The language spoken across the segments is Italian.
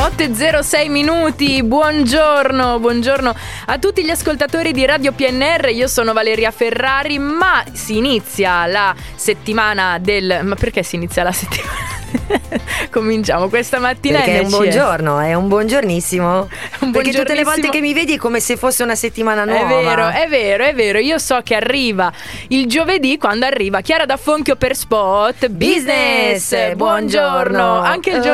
8:06. Buongiorno a tutti gli ascoltatori di Radio PNR. Io sono Valeria Ferrari, ma si inizia la settimana Ma perché si inizia la settimana? Cominciamo questa mattina perché è un buongiorno, è un buongiornissimo. Perché tutte le volte che mi vedi è come se fosse una settimana nuova. È vero. Io so che arriva il giovedì, quando arriva Chiara da Fonchio per Spot Business. Buongiorno. Anche il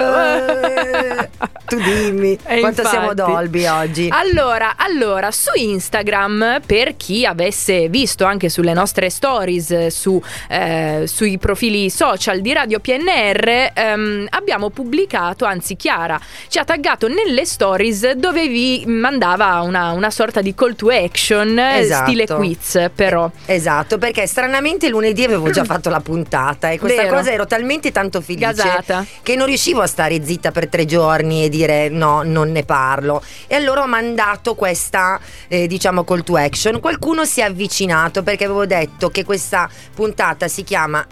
tu dimmi quanto siamo Dolby oggi. Allora, su Instagram, per chi avesse visto anche sulle nostre stories sui profili social di Radio PNR, abbiamo pubblicato, anzi Chiara ci ha taggato nelle stories dove vi mandava una sorta di call to action, esatto. Stile quiz, però. Esatto, perché stranamente lunedì avevo già fatto la puntata e questa cosa ero talmente tanto felice gasata che non riuscivo a stare zitta per 3 giorni e dire no, non ne parlo. E allora ho mandato questa call to action. Qualcuno si è avvicinato perché avevo detto che questa puntata si chiama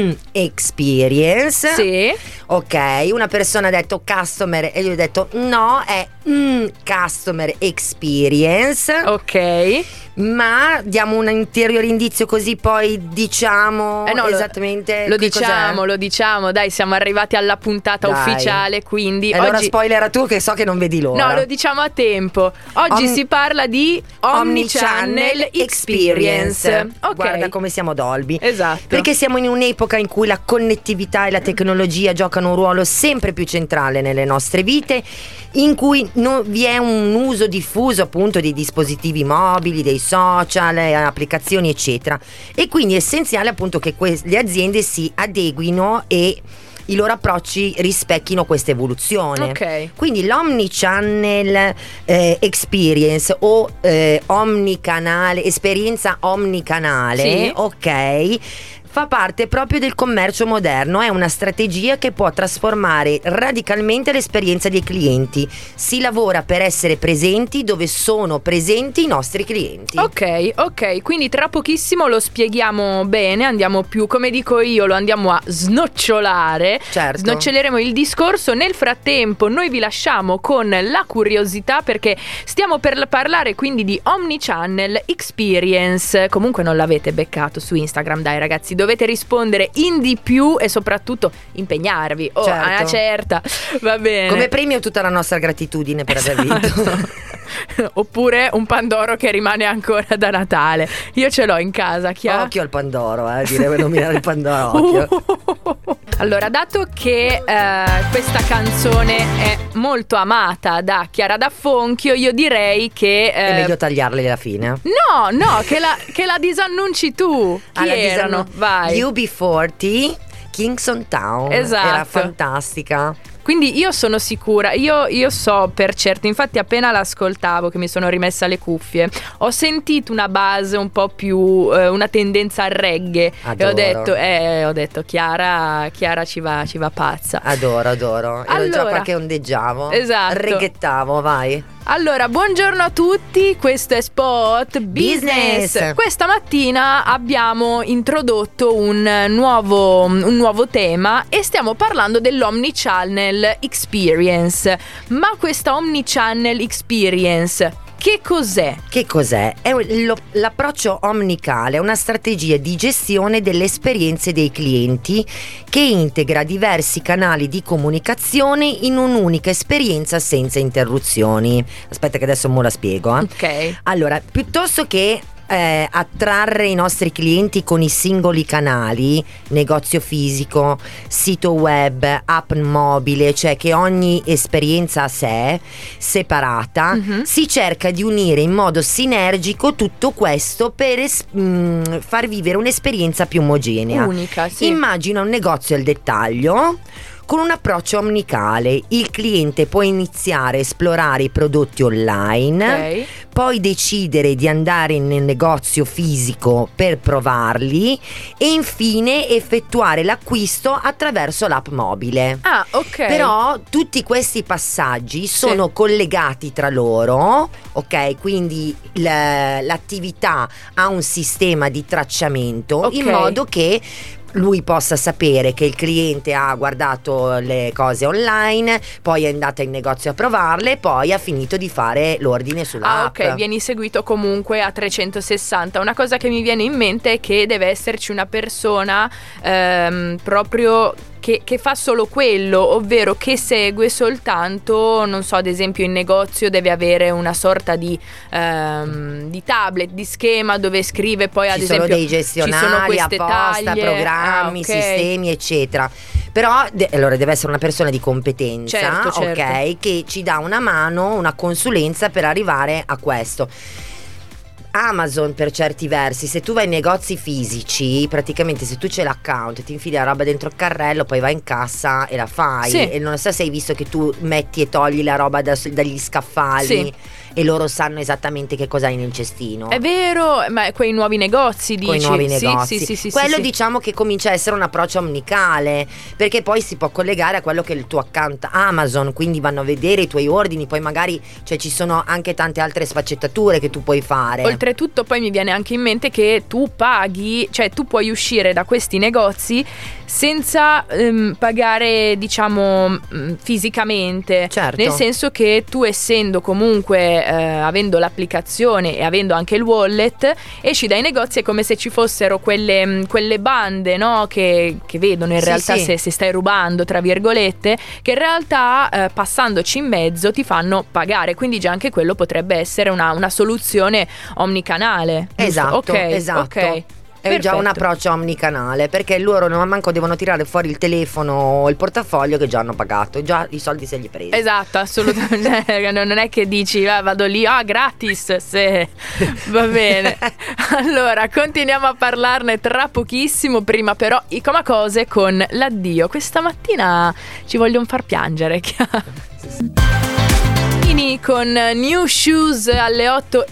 Experience. Sì. Ok, una persona ha detto customer e io ho detto no, è customer experience. Ok. Ma diamo un ulteriore indizio così poi diciamo esattamente lo diciamo, dai, siamo arrivati alla puntata ufficiale, quindi allora oggi spoilera tu che so che non vedi l'ora. No, lo diciamo a tempo. Oggi si parla di Omnichannel Experience. Ok. Guarda come siamo Dolby. Esatto. Perché siamo in un'epoca in cui la connettività e la tecnologia giocano un ruolo sempre più centrale nelle nostre vite, in cui vi è un uso diffuso appunto dei dispositivi mobili, dei social, applicazioni eccetera, e quindi è essenziale appunto che le aziende si adeguino e i loro approcci rispecchino questa evoluzione. Ok. Quindi l'omnichannel experience o omnicanale, esperienza omnicanale, sì. Ok, fa parte proprio del commercio moderno, è una strategia che può trasformare radicalmente l'esperienza dei clienti. Si lavora per essere presenti dove sono presenti i nostri clienti. Ok, quindi tra pochissimo lo spieghiamo bene, andiamo più, come dico io, lo andiamo a snocciolare. Certo. Snoccioleremo il discorso. Nel frattempo noi vi lasciamo con la curiosità, perché stiamo per parlare quindi di Omnichannel Experience. Comunque non l'avete beccato su Instagram, dai ragazzi, dovete rispondere in di più e soprattutto impegnarvi. Certo. Una certa, va bene. Come premio tutta la nostra gratitudine per aver vinto. Oppure un Pandoro che rimane ancora da Natale. Io ce l'ho in casa, Chiara. Occhio al Pandoro, direi nominare il Pandoro, occhio. Allora, dato che questa canzone è molto amata da Chiara da Fonchio, io direi che è meglio tagliarle alla fine. No, che la disannunci tu. Chi erano? Vai. UB40, Kingston Town. Esatto. Era fantastica. Quindi io sono sicura, io so per certo, infatti appena l'ascoltavo, che mi sono rimessa le cuffie, ho sentito una base un po' più, una tendenza al reggae. Adoro. E ho detto Chiara ci va pazza. Adoro. Ero già qua che ondeggiavo. Esatto. Reggettavo, vai. Allora, buongiorno a tutti, questo è Spot Business. Questa mattina abbiamo introdotto un nuovo tema e stiamo parlando dell'Omnichannel Experience. Ma questa Omnichannel Experience che cos'è? È l'approccio omnicale, è una strategia di gestione delle esperienze dei clienti che integra diversi canali di comunicazione in un'unica esperienza senza interruzioni. Aspetta che adesso la spiego. Ok. Allora, piuttosto che attrarre i nostri clienti con i singoli canali, negozio fisico, sito web, app mobile, cioè che ogni esperienza a sé, separata, si cerca di unire in modo sinergico tutto questo per far vivere un'esperienza più omogenea. Unica, sì. Immagina un negozio al dettaglio con un approccio omnicale. Il cliente può iniziare a esplorare i prodotti online, poi decidere di andare nel negozio fisico per provarli e infine effettuare l'acquisto attraverso l'app mobile. Ah, ok. Però tutti questi passaggi sono collegati tra loro, ok? Quindi l'attività ha un sistema di tracciamento in modo che lui possa sapere che il cliente ha guardato le cose online, poi è andato in negozio a provarle, poi ha finito di fare l'ordine sull'app. Ok, vieni seguito comunque a 360. Una cosa che mi viene in mente è che deve esserci una persona proprio che fa solo quello, ovvero che segue soltanto, non so, ad esempio in negozio deve avere una sorta di tablet, di schema dove scrive poi ad esempio dei gestionali apposta, programmi, sistemi eccetera. Però allora deve essere una persona di competenza, certo. ok, che ci dà una mano, una consulenza per arrivare a questo. Amazon per certi versi, se tu vai in negozi fisici, praticamente se tu c'hai l'account ti infili la roba dentro il carrello, poi vai in cassa e la fai, sì. E non so se hai visto che tu metti e togli la roba dagli scaffali, sì. E loro sanno esattamente che cosa hai nel cestino. È vero, ma quei nuovi negozi dici? Quei nuovi negozi. Sì, quello diciamo che comincia a essere un approccio omnicale, perché poi si può collegare a quello che è il tuo account Amazon, quindi vanno a vedere i tuoi ordini, poi magari ci sono anche tante altre sfaccettature che tu puoi fare. Oltretutto poi mi viene anche in mente che tu paghi, cioè tu puoi uscire da questi negozi senza pagare, diciamo, fisicamente, certo. Nel senso che tu, essendo comunque avendo l'applicazione e avendo anche il wallet, esci dai negozi, è come se ci fossero quelle bande, no? che vedono in realtà sì. Se stai rubando, tra virgolette, che in realtà passandoci in mezzo ti fanno pagare, quindi già anche quello potrebbe essere una soluzione omnicanale. Esatto, okay, esatto. Okay. È Perfetto. già un approccio omnicanale, perché loro non manco devono tirare fuori il telefono o il portafoglio che già hanno pagato, già i soldi se li presi. Esatto, assolutamente. Non è che dici vado lì, gratis, se va bene. Allora, continuiamo a parlarne tra pochissimo. Prima però i Comacose con l'addio. Questa mattina ci vogliono far piangere. Con New Shoes alle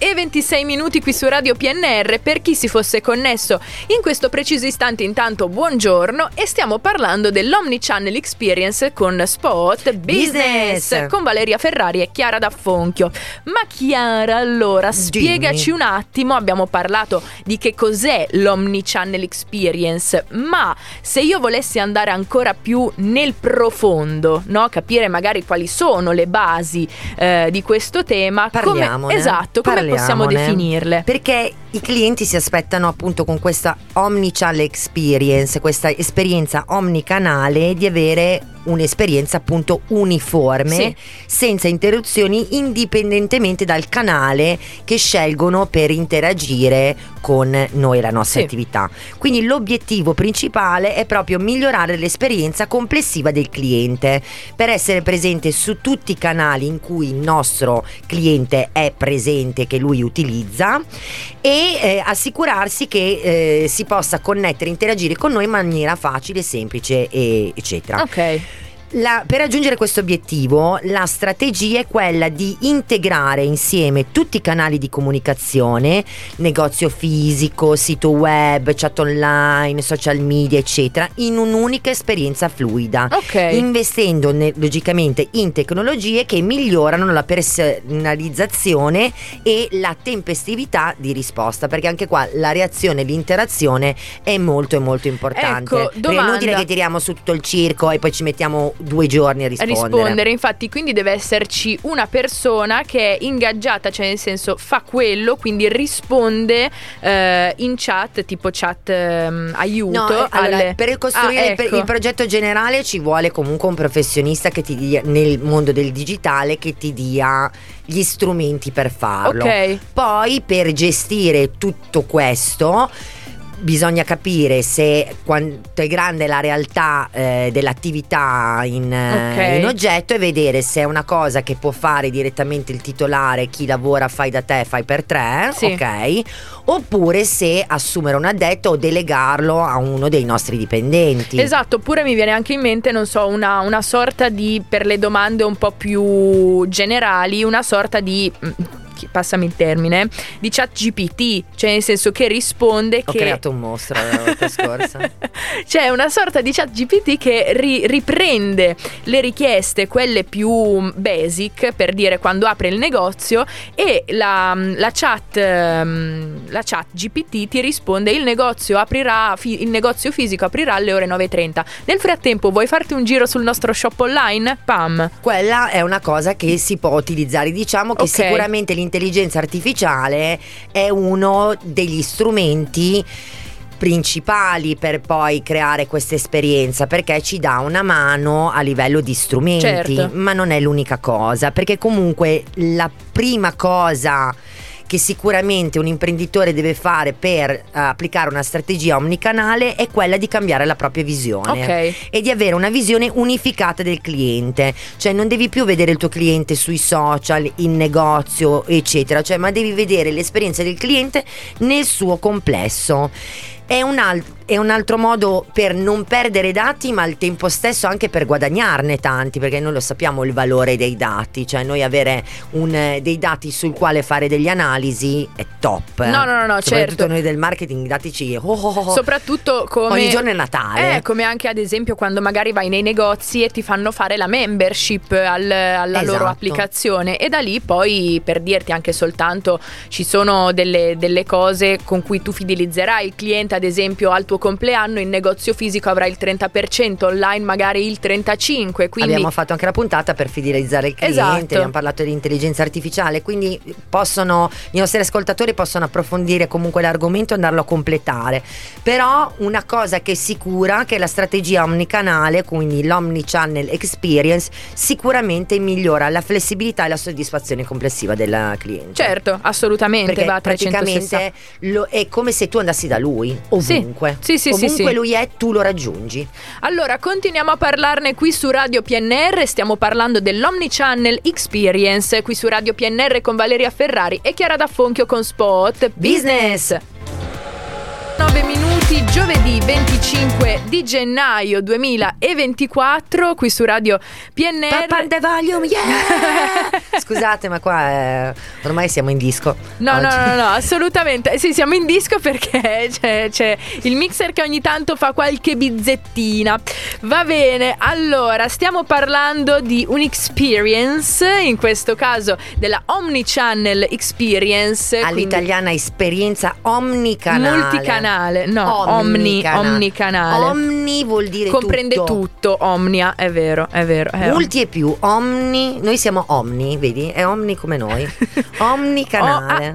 8:26 qui su Radio PNR. Per chi si fosse connesso in questo preciso istante, intanto buongiorno, e stiamo parlando dell'Omnichannel Experience con Spot Business con Valeria Ferrari e Chiara D'Affonchio. Ma Chiara, allora spiegaci un attimo, abbiamo parlato di che cos'è l'Omnichannel Experience, ma se io volessi andare ancora più nel profondo, no? Capire magari quali sono le basi di questo tema, come possiamo definirle? Perché i clienti si aspettano appunto con questa omnichannel experience, questa esperienza omnicanale, di avere un'esperienza appunto uniforme, sì, senza interruzioni, indipendentemente dal canale che scelgono per interagire con noi, la nostra attività. Quindi l'obiettivo principale è proprio migliorare l'esperienza complessiva del cliente, per essere presente su tutti i canali in cui il nostro cliente è presente, che lui utilizza, e assicurarsi che si possa connettere, interagire con noi in maniera facile, semplice, eccetera. Ok. Per raggiungere questo obiettivo, la strategia è quella di integrare insieme tutti i canali di comunicazione, negozio fisico, sito web, chat online, social media, eccetera, in un'unica esperienza fluida, investendo logicamente in tecnologie che migliorano la personalizzazione e la tempestività di risposta, perché anche qua la reazione e l'interazione è molto importante. Ecco, è inutile che tiriamo su tutto il circo e poi ci mettiamo 2 giorni a rispondere. Infatti, quindi deve esserci una persona che è ingaggiata, cioè nel senso fa quello, quindi risponde in chat, tipo chat aiuto. No, allora, per costruire il progetto generale ci vuole comunque un professionista che ti dia, nel mondo del digitale, che ti dia gli strumenti per farlo. Poi per gestire tutto questo bisogna capire se quanto è grande la realtà dell'attività in oggetto, e vedere se è una cosa che può fare direttamente il titolare, chi lavora fai da te, fai per tre, oppure se assumere un addetto o delegarlo a uno dei nostri dipendenti. Esatto, oppure mi viene anche in mente, non so, una sorta di, per le domande un po' più generali, una sorta di passami il termine, di ChatGPT, cioè nel senso che risponde Ho che... creato un mostro la volta scorsa. C'è una sorta di ChatGPT che riprende le richieste, quelle più basic, per dire quando apre il negozio, e la chat GPT ti risponde: il negozio fisico aprirà alle ore 9:30. Nel frattempo vuoi farti un giro sul nostro shop online? Pam! Quella è una cosa che si può utilizzare. Diciamo che sicuramente l'intelligenza artificiale è uno degli strumenti principali per poi creare questa esperienza, perché ci dà una mano a livello di strumenti, ma non è l'unica cosa, perché comunque la prima cosa che sicuramente un imprenditore deve fare per applicare una strategia omnicanale è quella di cambiare la propria visione e di avere una visione unificata del cliente. Cioè non devi più vedere il tuo cliente sui social, in negozio, eccetera, cioè, ma devi vedere l'esperienza del cliente nel suo complesso. È un altro modo per non perdere dati, ma al tempo stesso anche per guadagnarne tanti, perché noi lo sappiamo il valore dei dati, cioè noi avere dei dati sul quale fare degli analisi è top. No, soprattutto certo. Noi del marketing i dati ci soprattutto come ogni giorno è Natale. Come anche ad esempio quando magari vai nei negozi e ti fanno fare la membership alla loro applicazione, e da lì poi, per dirti anche soltanto, ci sono delle cose con cui tu fidelizzerai il cliente. Ad esempio al tuo compleanno in negozio fisico avrai il 30%, online magari il 35%, quindi abbiamo fatto anche la puntata per fidelizzare il cliente, abbiamo parlato di intelligenza artificiale, quindi i nostri ascoltatori possono approfondire comunque l'argomento e andarlo a completare. Però una cosa che è sicura, che la strategia omnicanale, quindi l'omnichannel experience, sicuramente migliora la flessibilità e la soddisfazione complessiva del cliente. Certo, assolutamente. Perché va a 360. praticamente è come se tu andassi da lui ovunque. Sì, ovunque lui è, tu lo raggiungi. Allora, continuiamo a parlarne qui su Radio PNR. Stiamo parlando dell'Omnichannel Experience qui su Radio PNR con Valeria Ferrari e Chiara D'Affonchio con Spot Business. 9 minuti, giovedì 25 di gennaio 2024, qui su Radio PNR. Scusate, ma qua ormai siamo in disco. No, assolutamente. Sì, siamo in disco perché c'è il mixer che ogni tanto fa qualche bizzettina. Va bene, allora stiamo parlando di un'experience, in questo caso della Omnichannel Experience. All'italiana esperienza omnicanale. Multicanale. No, omnicanale. Omni vuol dire comprende tutto. Omnia, è vero. Multi e più. Omni, noi siamo omni, vedi? È omni come noi. Omnicanale.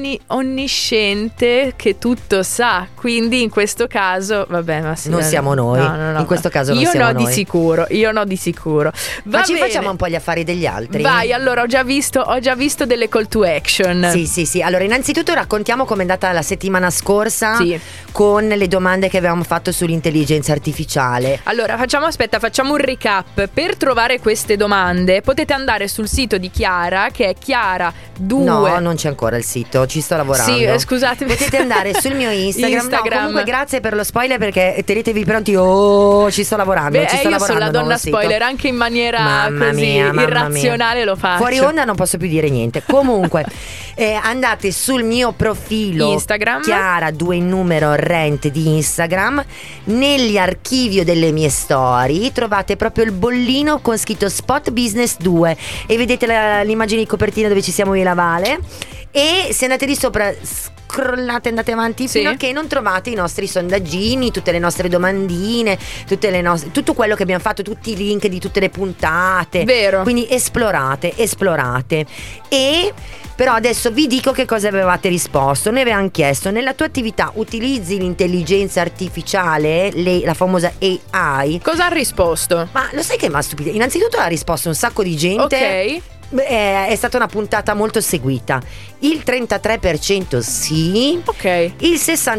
Onnisciente che tutto sa. Quindi in questo caso, vabbè, ma sì, non siamo noi. No. In questo caso non siamo noi. Io no di sicuro. Ma ci facciamo un po' gli affari degli altri. Vai, allora ho già visto delle call to action. Sì. Allora, innanzitutto raccontiamo com'è andata la settimana scorsa. Sì. Con le domande che avevamo fatto sull'intelligenza artificiale. Allora facciamo un recap. Per trovare queste domande potete andare sul sito di Chiara, che è Chiara2. No, non c'è ancora il sito, ci sto lavorando. Sì, scusatemi. Potete andare sul mio Instagram. No, comunque grazie per lo spoiler, perché tenetevi pronti. Ci sto lavorando. Io sono la donna spoiler, anche in maniera irrazionale lo faccio. Fuori onda non posso più dire niente. Comunque andate sul mio profilo Instagram, Chiara 2 in numero Rent di Instagram. Negli archivio delle mie storie trovate proprio il bollino con scritto Spot Business 2 e vedete l'immagine di copertina dove ci siamo io e la Vale. E se andate lì sopra, scrollate, andate avanti fino a che non trovate i nostri sondaggini, tutte le nostre domandine, tutto quello che abbiamo fatto, tutti i link di tutte le puntate. Vero. Quindi esplorate. E però adesso vi dico che cosa avevate risposto. Noi avevamo chiesto: nella tua attività utilizzi l'intelligenza artificiale, la famosa AI? Cosa ha risposto? Ma lo sai che mi ha stupito? Innanzitutto ha risposto un sacco di gente. Ok. È stata una puntata molto seguita. Il 33% sì. Ok. Il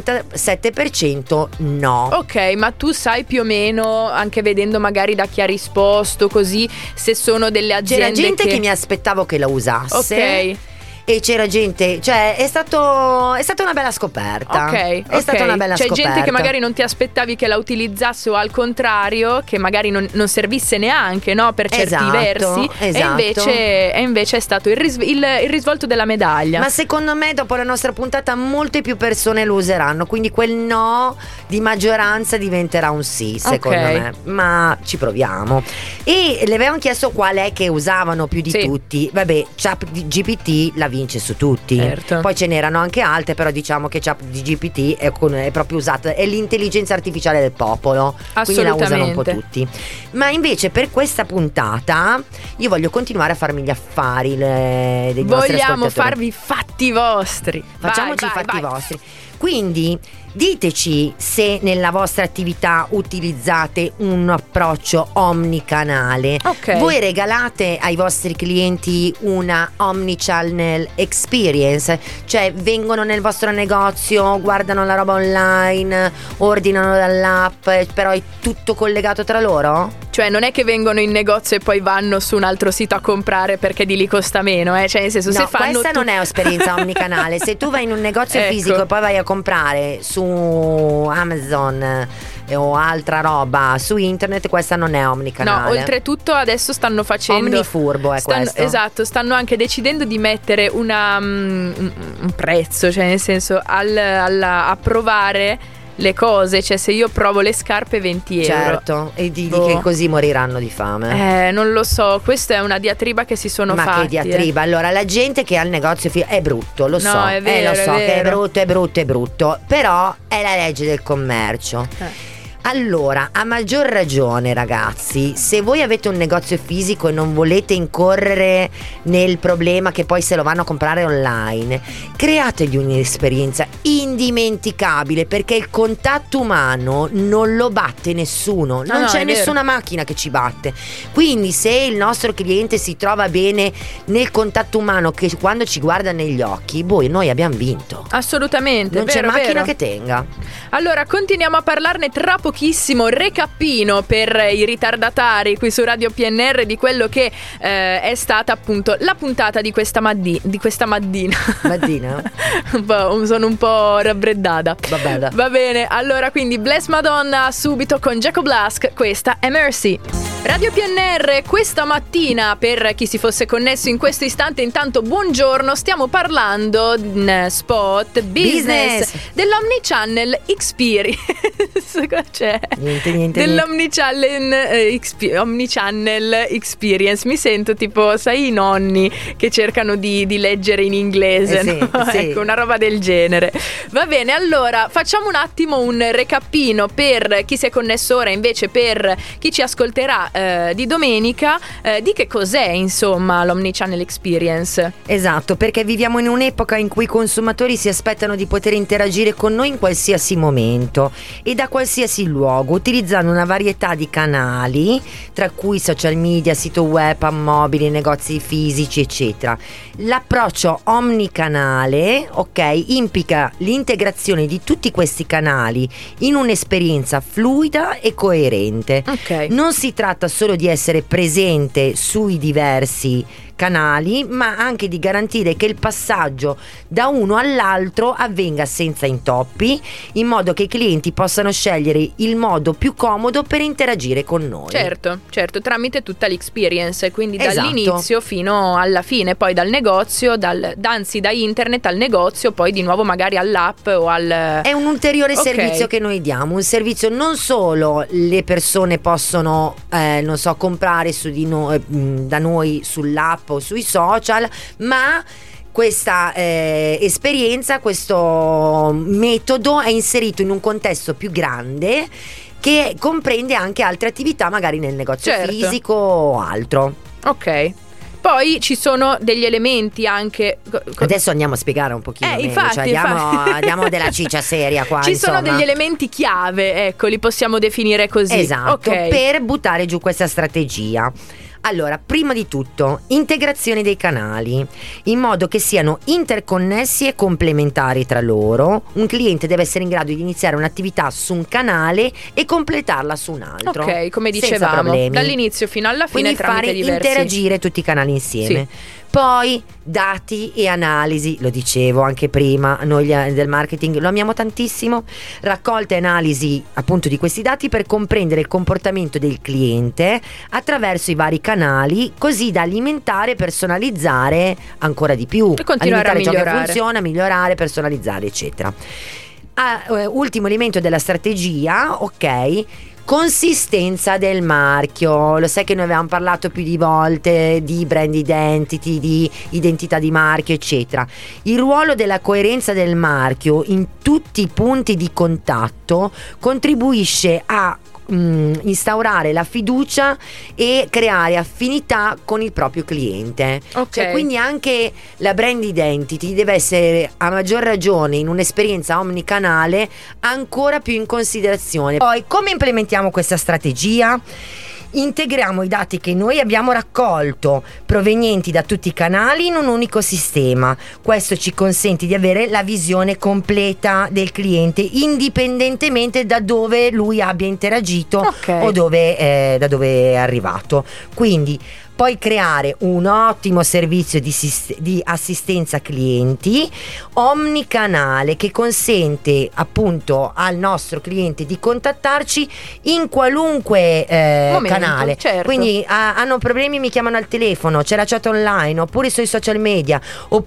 67% no. Ok, ma tu sai più o meno, anche vedendo magari da chi ha risposto così, se sono delle aziende. C'era gente che mi aspettavo che la usasse. Ok. e c'era gente, cioè è stata una bella scoperta. È stata una bella scoperta. C'è gente che magari non ti aspettavi che la utilizzasse, o al contrario che magari non servisse neanche, no, per certi versi. E invece è stato il risvolto della medaglia. Ma secondo me dopo la nostra puntata molte più persone lo useranno, quindi quel no di maggioranza diventerà un sì, secondo me. Ma ci proviamo. E le avevano chiesto qual è che usavano più di tutti. Vabbè, ChatGPT la vince su tutti. Certo. Poi ce n'erano anche altre, però diciamo che ChatGPT è proprio usata, è l'intelligenza artificiale del popolo, quindi la usano un po' tutti. Ma invece per questa puntata io voglio continuare a farmi gli affari dei nostri ascoltatori. Vogliamo farvi i fatti vostri. Facciamoci i fatti vostri. Quindi diteci se nella vostra attività utilizzate un approccio omnicanale. Voi regalate ai vostri clienti una omnichannel experience, cioè vengono nel vostro negozio, guardano la roba online, ordinano dall'app, però è tutto collegato tra loro? Cioè non è che vengono in negozio e poi vanno su un altro sito a comprare perché di lì costa meno, cioè nel senso, se fanno questa non è esperienza omnicanale. Se tu vai in un negozio fisico e poi vai a comprare su Amazon o altra roba su internet, questa non è omnicanale. No, oltretutto adesso stanno facendo omnifurbo è questo. Esatto, stanno anche decidendo di mettere un prezzo, cioè nel senso a provare le cose, cioè se io provo le scarpe 20 euro. Certo, e di che così moriranno di fame. Non lo so, questa è una diatriba che si sono fatti. Ma che diatriba? Allora la gente che ha il negozio è brutto, lo so, è vero, lo so è vero. Che è brutto, però è la legge del commercio. Allora, a maggior ragione ragazzi, se voi avete un negozio fisico e non volete incorrere nel problema che poi se lo vanno a comprare online, creategli un'esperienza indimenticabile, perché il contatto umano non lo batte nessuno, non c'è nessuna macchina che ci batte. Quindi se il nostro cliente si trova bene nel contatto umano, che quando ci guarda negli occhi, noi abbiamo vinto. Assolutamente. Non c'è macchina che tenga. Allora continuiamo a parlarne tra pochissimo. Recappino per i ritardatari qui su Radio PNR di quello che è stata appunto la puntata di questa mattina. Sono un po' rabbreddata. Va bene, allora quindi Bless Madonna subito con Jacob Blask. Questa è Mercy. Radio PNR questa mattina, per chi si fosse connesso in questo istante, intanto buongiorno, stiamo parlando in spot business dell'Omnichannel Experience. Cosa c'è? Niente. Omnichannel Experience. Mi sento tipo, sai, i nonni che cercano di leggere in inglese, no? Sì. Ecco, una roba del genere. Va bene, allora facciamo un attimo un recappino per chi si è connesso ora, invece per chi ci ascolterà di domenica, di che cos'è insomma l'Omnichannel Experience. Esatto, perché viviamo in un'epoca in cui i consumatori si aspettano di poter interagire con noi in qualsiasi momento e da qualsiasi luogo, utilizzando una varietà di canali, tra cui social media, sito web, mobili, negozi fisici, eccetera. L'approccio omnicanale, implica l'integrazione di tutti questi canali in un'esperienza fluida e coerente. Non si tratta solo di essere presente sui diversi canali, ma anche di garantire che il passaggio da uno all'altro avvenga senza intoppi, in modo che i clienti possano scegliere il modo più comodo per interagire con noi. Certo, tramite tutta l'experience, quindi dall'inizio fino alla fine, poi dal negozio, anzi da internet al negozio, poi di nuovo magari all'app o al... È un ulteriore servizio che noi diamo, un servizio non solo le persone possono comprare da noi sull'app o sui social, ma questa esperienza, questo metodo è inserito in un contesto più grande che comprende anche altre attività, magari nel negozio fisico o altro. Poi ci sono degli elementi anche. Adesso andiamo a spiegare un pochino meglio, infatti, diamo della ciccia seria qua. Sono degli elementi chiave, ecco, li possiamo definire così. Esatto, per buttare giù questa strategia. Allora, prima di tutto, integrazione dei canali, in modo che siano interconnessi e complementari tra loro. Un cliente deve essere in grado di iniziare un'attività su un canale e completarla su un altro. Ok, come senza dicevamo, problemi. dall'inizio fino alla fine, Quindi tramite fare diversi. interagire tutti i canali insieme. Sì. Poi dati e analisi, lo dicevo anche prima, noi del marketing lo amiamo tantissimo, raccolta e analisi appunto di questi dati per comprendere il comportamento del cliente attraverso i vari canali, così da alimentare e personalizzare ancora di più, E continuare a alimentare ciò che migliorare. funziona, migliorare, personalizzare, eccetera. Ultimo elemento della strategia, ok? Consistenza del marchio. Lo sai che noi avevamo parlato più di volte di brand identity, di identità di marchio, eccetera. Il ruolo della coerenza del marchio in tutti i punti di contatto contribuisce a instaurare la fiducia e creare affinità con il proprio cliente. Ok. Cioè, quindi anche la brand identity deve essere a maggior ragione in un'esperienza omnicanale ancora più in considerazione. Poi come implementiamo questa strategia? Integriamo i dati che noi abbiamo raccolto provenienti da tutti i canali in un unico sistema. Questo ci consente di avere la visione completa del cliente indipendentemente da dove lui abbia interagito Ok. o da dove è arrivato. Quindi poi creare un ottimo servizio di assistenza clienti omnicanale che consente appunto al nostro cliente di contattarci in qualunque Momento, canale. certo. Quindi hanno problemi, mi chiamano al telefono, c'è la chat online, oppure sui social media,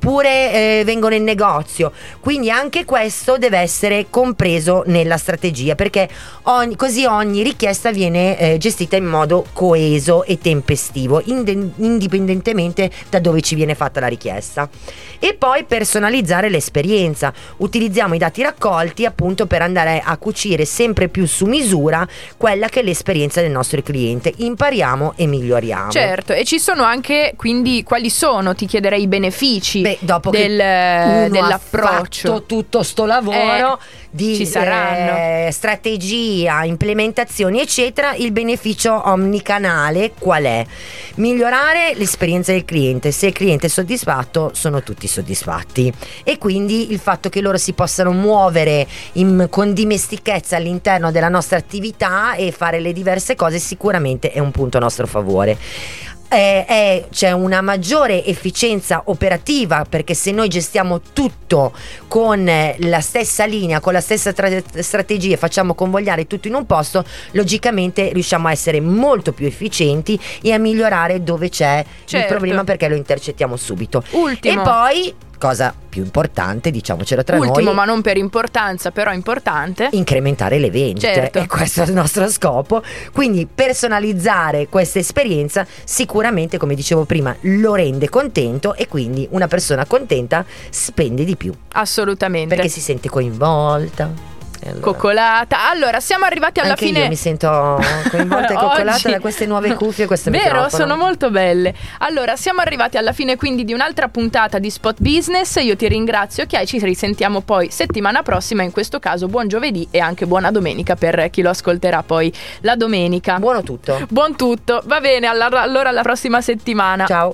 oppure vengono in negozio. Quindi anche questo deve essere compreso nella strategia, perché così ogni richiesta viene gestita in modo coeso e tempestivo, indipendentemente da dove ci viene fatta la richiesta. E poi personalizzare l'esperienza. Utilizziamo i dati raccolti appunto per andare a cucire sempre più su misura quella che è l'esperienza del nostro cliente. Impariamo e miglioriamo. Certo, e ci sono anche, quindi, quali sono, ti chiederei, i benefici Dopo che uno dell'approccio? ha fatto tutto sto lavoro di ci saranno. strategia, implementazioni eccetera, il beneficio omnicanale qual è? Migliorare l'esperienza del cliente. Se il cliente è soddisfatto, sono tutti soddisfatti, e quindi il fatto che loro si possano muovere con dimestichezza all'interno della nostra attività e fare le diverse cose sicuramente è un punto a nostro favore. C'è una maggiore efficienza operativa, perché se noi gestiamo tutto con la stessa linea, con la stessa strategia, e facciamo convogliare tutto in un posto, logicamente riusciamo a essere molto più efficienti e a migliorare dove c'è il Certo. problema, perché lo intercettiamo subito. Ultimo. E poi, cosa più importante, diciamocelo tra Ultimo, noi, ma non per importanza, però importante. incrementare le vendite. Certo. E questo è il nostro scopo. Quindi personalizzare questa esperienza sicuramente, come dicevo prima, lo rende contento, e quindi una persona contenta spende di più Assolutamente. perché si sente coinvolta. E allora, Coccolata. Allora, siamo arrivati alla anche fine. io mi sento coinvolta e coccolata Oggi. da queste nuove cuffie e questo Vero, microfono. sono molto belle. Allora, siamo arrivati alla fine quindi di un'altra puntata di Spot Business. Io ti ringrazio, Chiai, ci risentiamo poi settimana prossima. In questo caso buon giovedì e anche buona domenica per chi lo ascolterà poi la domenica. Buono tutto. Buon tutto. Va bene, allora alla prossima settimana. Ciao.